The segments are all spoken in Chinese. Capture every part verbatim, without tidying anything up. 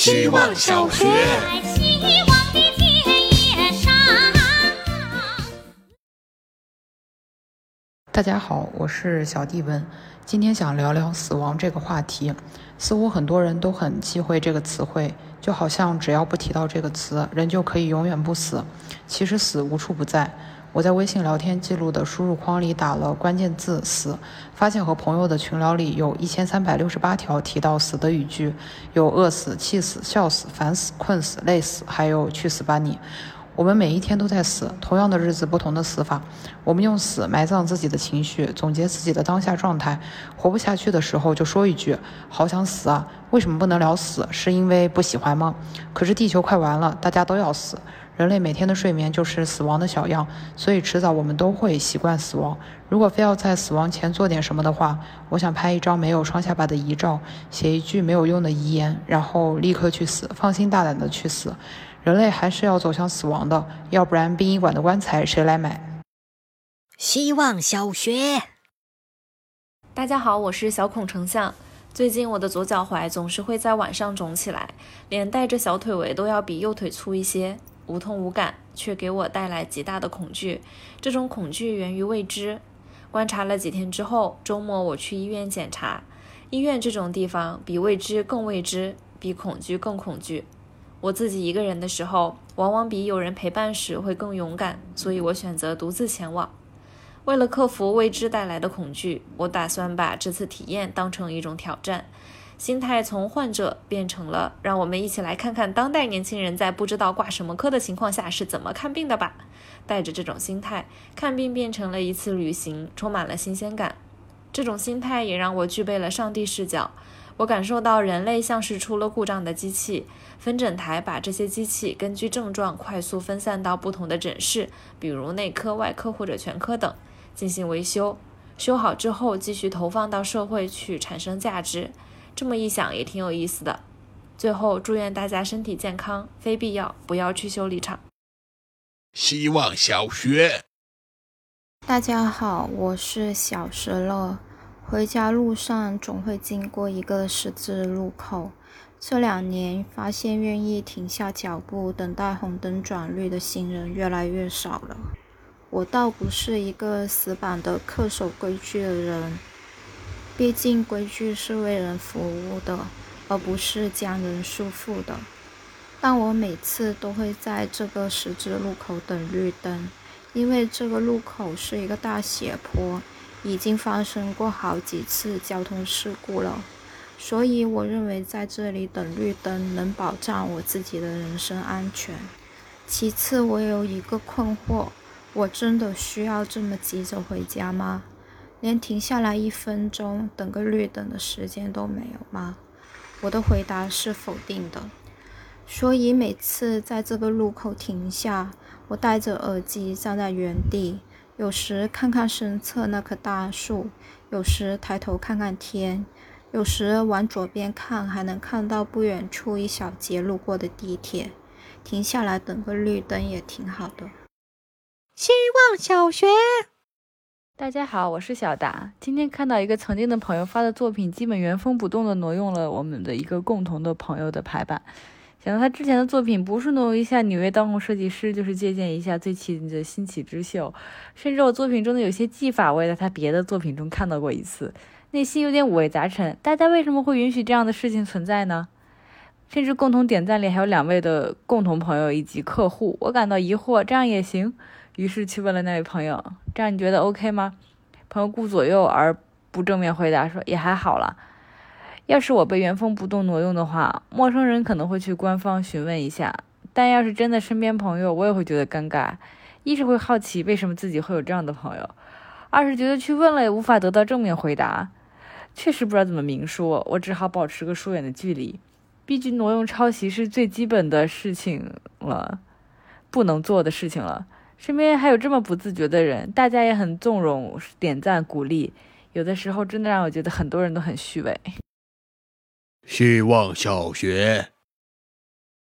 希望小学。 大家好，我是小弟文，今天想聊聊死亡这个话题。似乎很多人都很忌讳这个词汇，就好像只要不提到这个词，人就可以永远不死。其实死无处不在。我在微信聊天记录的输入框里打了关键字死，发现和朋友的群聊里有一千三百六十八条提到死的语句，有饿死、气死、笑死、烦死、困死、累死，还有去死吧你。我们每一天都在死，同样的日子，不同的死法。我们用死埋葬自己的情绪，总结自己的当下状态。活不下去的时候就说一句好想死啊，为什么不能聊死？是因为不喜欢吗？可是地球快完了，大家都要死，人类每天的睡眠就是死亡的小样，所以迟早我们都会习惯死亡。如果非要在死亡前做点什么的话，我想拍一张没有双下巴的遗照，写一句没有用的遗言，然后立刻去死，放心大胆的去死。人类还是要走向死亡的，要不然殡仪馆的棺材谁来买？ 希望小学。 大家好，我是小孔丞相。最近我的左脚踝总是会在晚上肿起来，连带着小腿围都要比右腿粗一些，无痛无感，却给我带来极大的恐惧。这种恐惧源于未知。观察了几天之后，周末我去医院检查。医院这种地方比未知更未知，比恐惧更恐惧。我自己一个人的时候，往往比有人陪伴时会更勇敢，所以我选择独自前往。为了克服未知带来的恐惧，我打算把这次体验当成一种挑战，心态从患者变成了让我们一起来看看当代年轻人在不知道挂什么科的情况下是怎么看病的吧。带着这种心态，看病变成了一次旅行，充满了新鲜感。这种心态也让我具备了上帝视角。我感受到人类像是出了故障的机器，分诊台把这些机器根据症状快速分散到不同的诊室，比如内科、外科或者全科等，进行维修。修好之后继续投放到社会去产生价值。这么一想也挺有意思的。最后祝愿大家身体健康，非必要不要去修理厂。 希望小学。 大家好，我是小石乐。回家路上总会经过一个十字路口，这两年发现愿意停下脚步等待红灯转绿的行人越来越少了。我倒不是一个死板的恪守规矩的人，毕竟规矩是为人服务的，而不是将人束缚的。但我每次都会在这个十字路口等绿灯，因为这个路口是一个大斜坡，已经发生过好几次交通事故了，所以我认为在这里等绿灯能保障我自己的人身安全。其次，我有一个困惑，我真的需要这么急着回家吗？连停下来一分钟等个绿灯的时间都没有吗？我的回答是否定的。所以每次在这个路口停下，我戴着耳机站在原地，有时看看身侧那棵大树，有时抬头看看天，有时往左边看，还能看到不远处一小节路过的地铁。停下来等个绿灯也挺好的。 希望小学。 大家好，我是小达。今天看到一个曾经的朋友发的作品，基本原封不动地挪用了我们的一个共同的朋友的排版。想到他之前的作品不是挪用一下纽约当红设计师，就是借鉴一下最近的新起之秀，甚至我作品中的有些技法我也在他别的作品中看到过一次，内心有点五味杂陈。大家为什么会允许这样的事情存在呢？甚至共同点赞里还有两位的共同朋友以及客户，我感到疑惑，这样也行？于是去问了那位朋友，这样你觉得 OK 吗？朋友顾左右而不正面回答说也还好啦。要是我被原封不动挪用的话，陌生人可能会去官方询问一下，但要是真的身边朋友，我也会觉得尴尬。一是会好奇为什么自己会有这样的朋友，二是觉得去问了也无法得到正面回答，确实不知道怎么明说，我只好保持个疏远的距离。毕竟挪用抄袭是最基本的事情了，不能做的事情了。身边还有这么不自觉的人，大家也很纵容点赞鼓励，有的时候真的让我觉得很多人都很虚伪。 希望小学。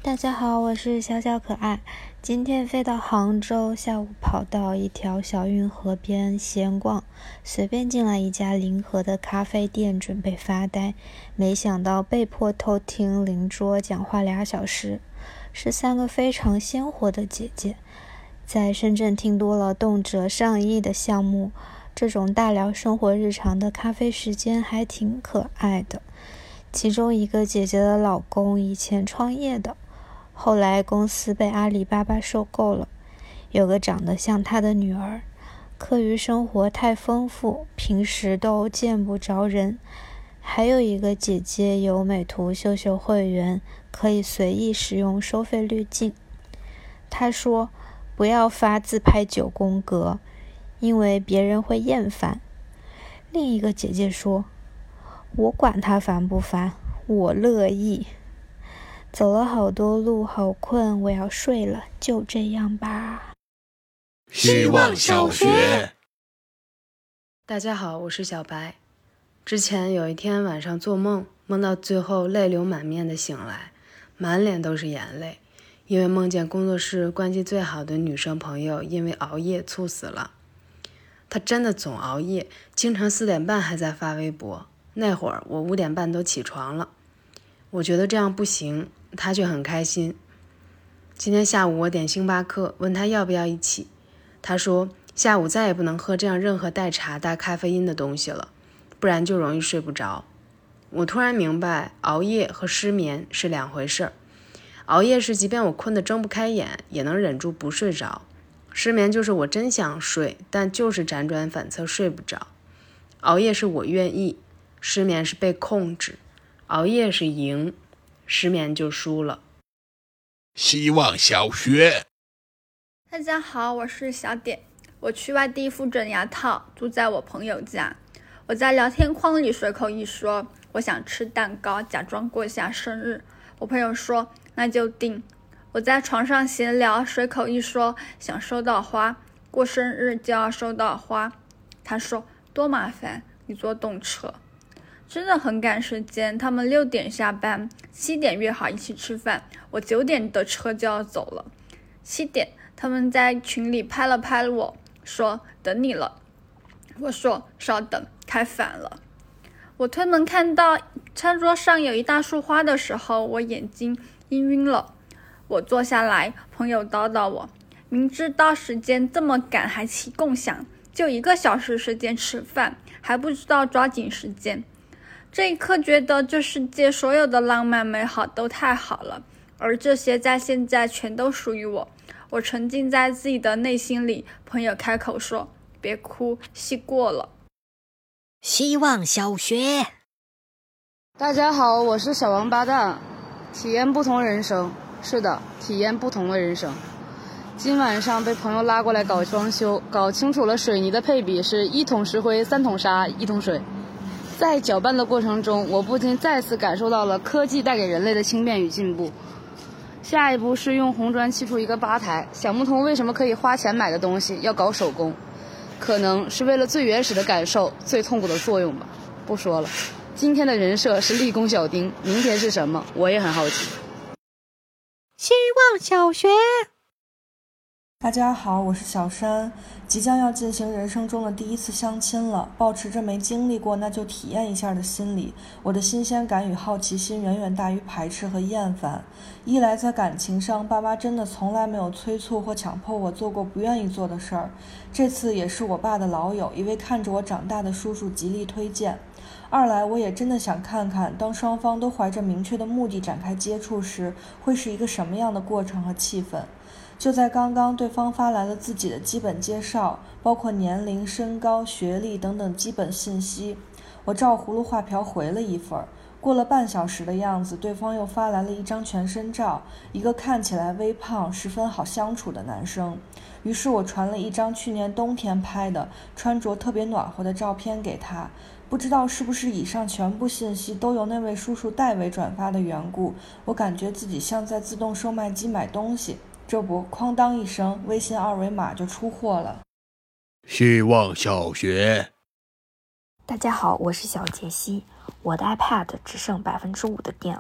大家好，我是小小可爱。今天飞到杭州，下午跑到一条小运河边闲逛，随便进来一家临河的咖啡店，准备发呆，没想到被迫偷听邻桌讲话俩小时，是三个非常鲜活的姐姐。在深圳听多了动辄上亿的项目，这种大聊生活日常的咖啡时间还挺可爱的。其中一个姐姐的老公以前创业的，后来公司被阿里巴巴收购了，有个长得像她的女儿，课余生活太丰富，平时都见不着人。还有一个姐姐有美图秀秀会员，可以随意使用收费滤镜。她说不要发自拍九宫格，因为别人会厌烦。另一个姐姐说，我管他烦不烦，我乐意。走了好多路，好困，我要睡了，就这样吧。 希望小学。 大家好，我是小白。之前有一天晚上做梦，梦到最后泪流满面的醒来，满脸都是眼泪，因为梦见工作室关系最好的女生朋友因为熬夜猝死了。她真的总熬夜，经常四点半还在发微博，那会儿我五点半都起床了。我觉得这样不行，她却很开心。今天下午我点星巴克，问她要不要一起，她说下午再也不能喝这样任何带茶带咖啡因的东西了，不然就容易睡不着。我突然明白，熬夜和失眠是两回事儿。熬夜是即便我困得睁不开眼，也能忍住不睡着。失眠就是我真想睡，但就是辗转反侧睡不着。熬夜是我愿意，失眠是被控制。熬夜是赢，失眠就输了。 希望小学。 大家好，我是小点。我去外地复诊牙套，住在我朋友家。我在聊天框里随口一说，我想吃蛋糕，假装过下生日。我朋友说那就定。我在床上闲聊，随口一说想收到花，过生日就要收到花。他说多麻烦，你坐动车。真的很赶时间，他们六点下班，七点约好一起吃饭，我九点的车就要走了。七点他们在群里拍了拍我，说等你了。我说稍等，开反了。我推门看到餐桌上有一大束花的时候，我眼睛晕晕了。我坐下来，朋友叨叨我，明知道时间这么赶还骑共享，就一个小时时间吃饭，还不知道抓紧时间。这一刻觉得这世界所有的浪漫美好都太好了，而这些在现在全都属于我。我沉浸在自己的内心里，朋友开口说别哭，戏过了。 希望小学。 大家好，我是小王八蛋。体验不同人生，是的，体验不同的人生。今晚上被朋友拉过来搞装修，搞清楚了水泥的配比是一桶石灰三桶沙一桶水。在搅拌的过程中，我不禁再次感受到了科技带给人类的轻便与进步。下一步是用红砖砌出一个吧台，想不通为什么可以花钱买的东西要搞手工，可能是为了最原始的感受，最痛苦的作用吧。不说了，今天的人设是立功小丁，明天是什么我也很好奇。 希望小学。 大家好，我是小山，即将要进行人生中的第一次相亲了，抱持着没经历过那就体验一下的心理，我的新鲜感与好奇心远远大于排斥和厌烦。一来在感情上，爸妈真的从来没有催促或强迫我做过不愿意做的事儿，这次也是我爸的老友，一位看着我长大的叔叔极力推荐。二来我也真的想看看，当双方都怀着明确的目的展开接触时，会是一个什么样的过程和气氛。就在刚刚，对方发来了自己的基本介绍，包括年龄、身高、学历等等基本信息。我照葫芦画瓢回了一份。过了半小时的样子，对方又发来了一张全身照，一个看起来微胖、十分好相处的男生。于是我传了一张去年冬天拍的、穿着特别暖和的照片给他。不知道是不是以上全部信息都由那位叔叔代为转发的缘故，我感觉自己像在自动售卖机买东西。这不，哐当一声，微信二维码就出货了。 希望小学。 大家好，我是小杰西，我的 iPad 只剩百分之五的电了，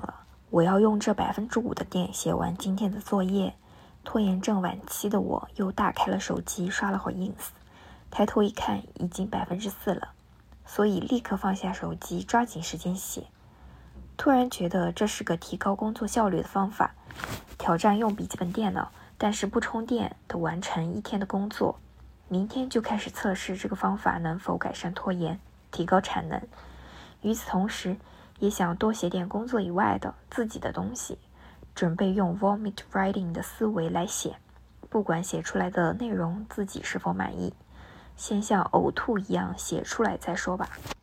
我要用这百分之五的电写完今天的作业。拖延症晚期的我又打开了手机刷了会 ins， 抬头一看已经百分之四了，所以立刻放下手机，抓紧时间写。突然觉得这是个提高工作效率的方法，挑战用笔记本电脑但是不充电的完成一天的工作。明天就开始测试这个方法能否改善拖延，提高产能。与此同时也想多写点工作以外的自己的东西，准备用 vomit writing 的思维来写，不管写出来的内容自己是否满意，先像呕吐一样写出来再说吧。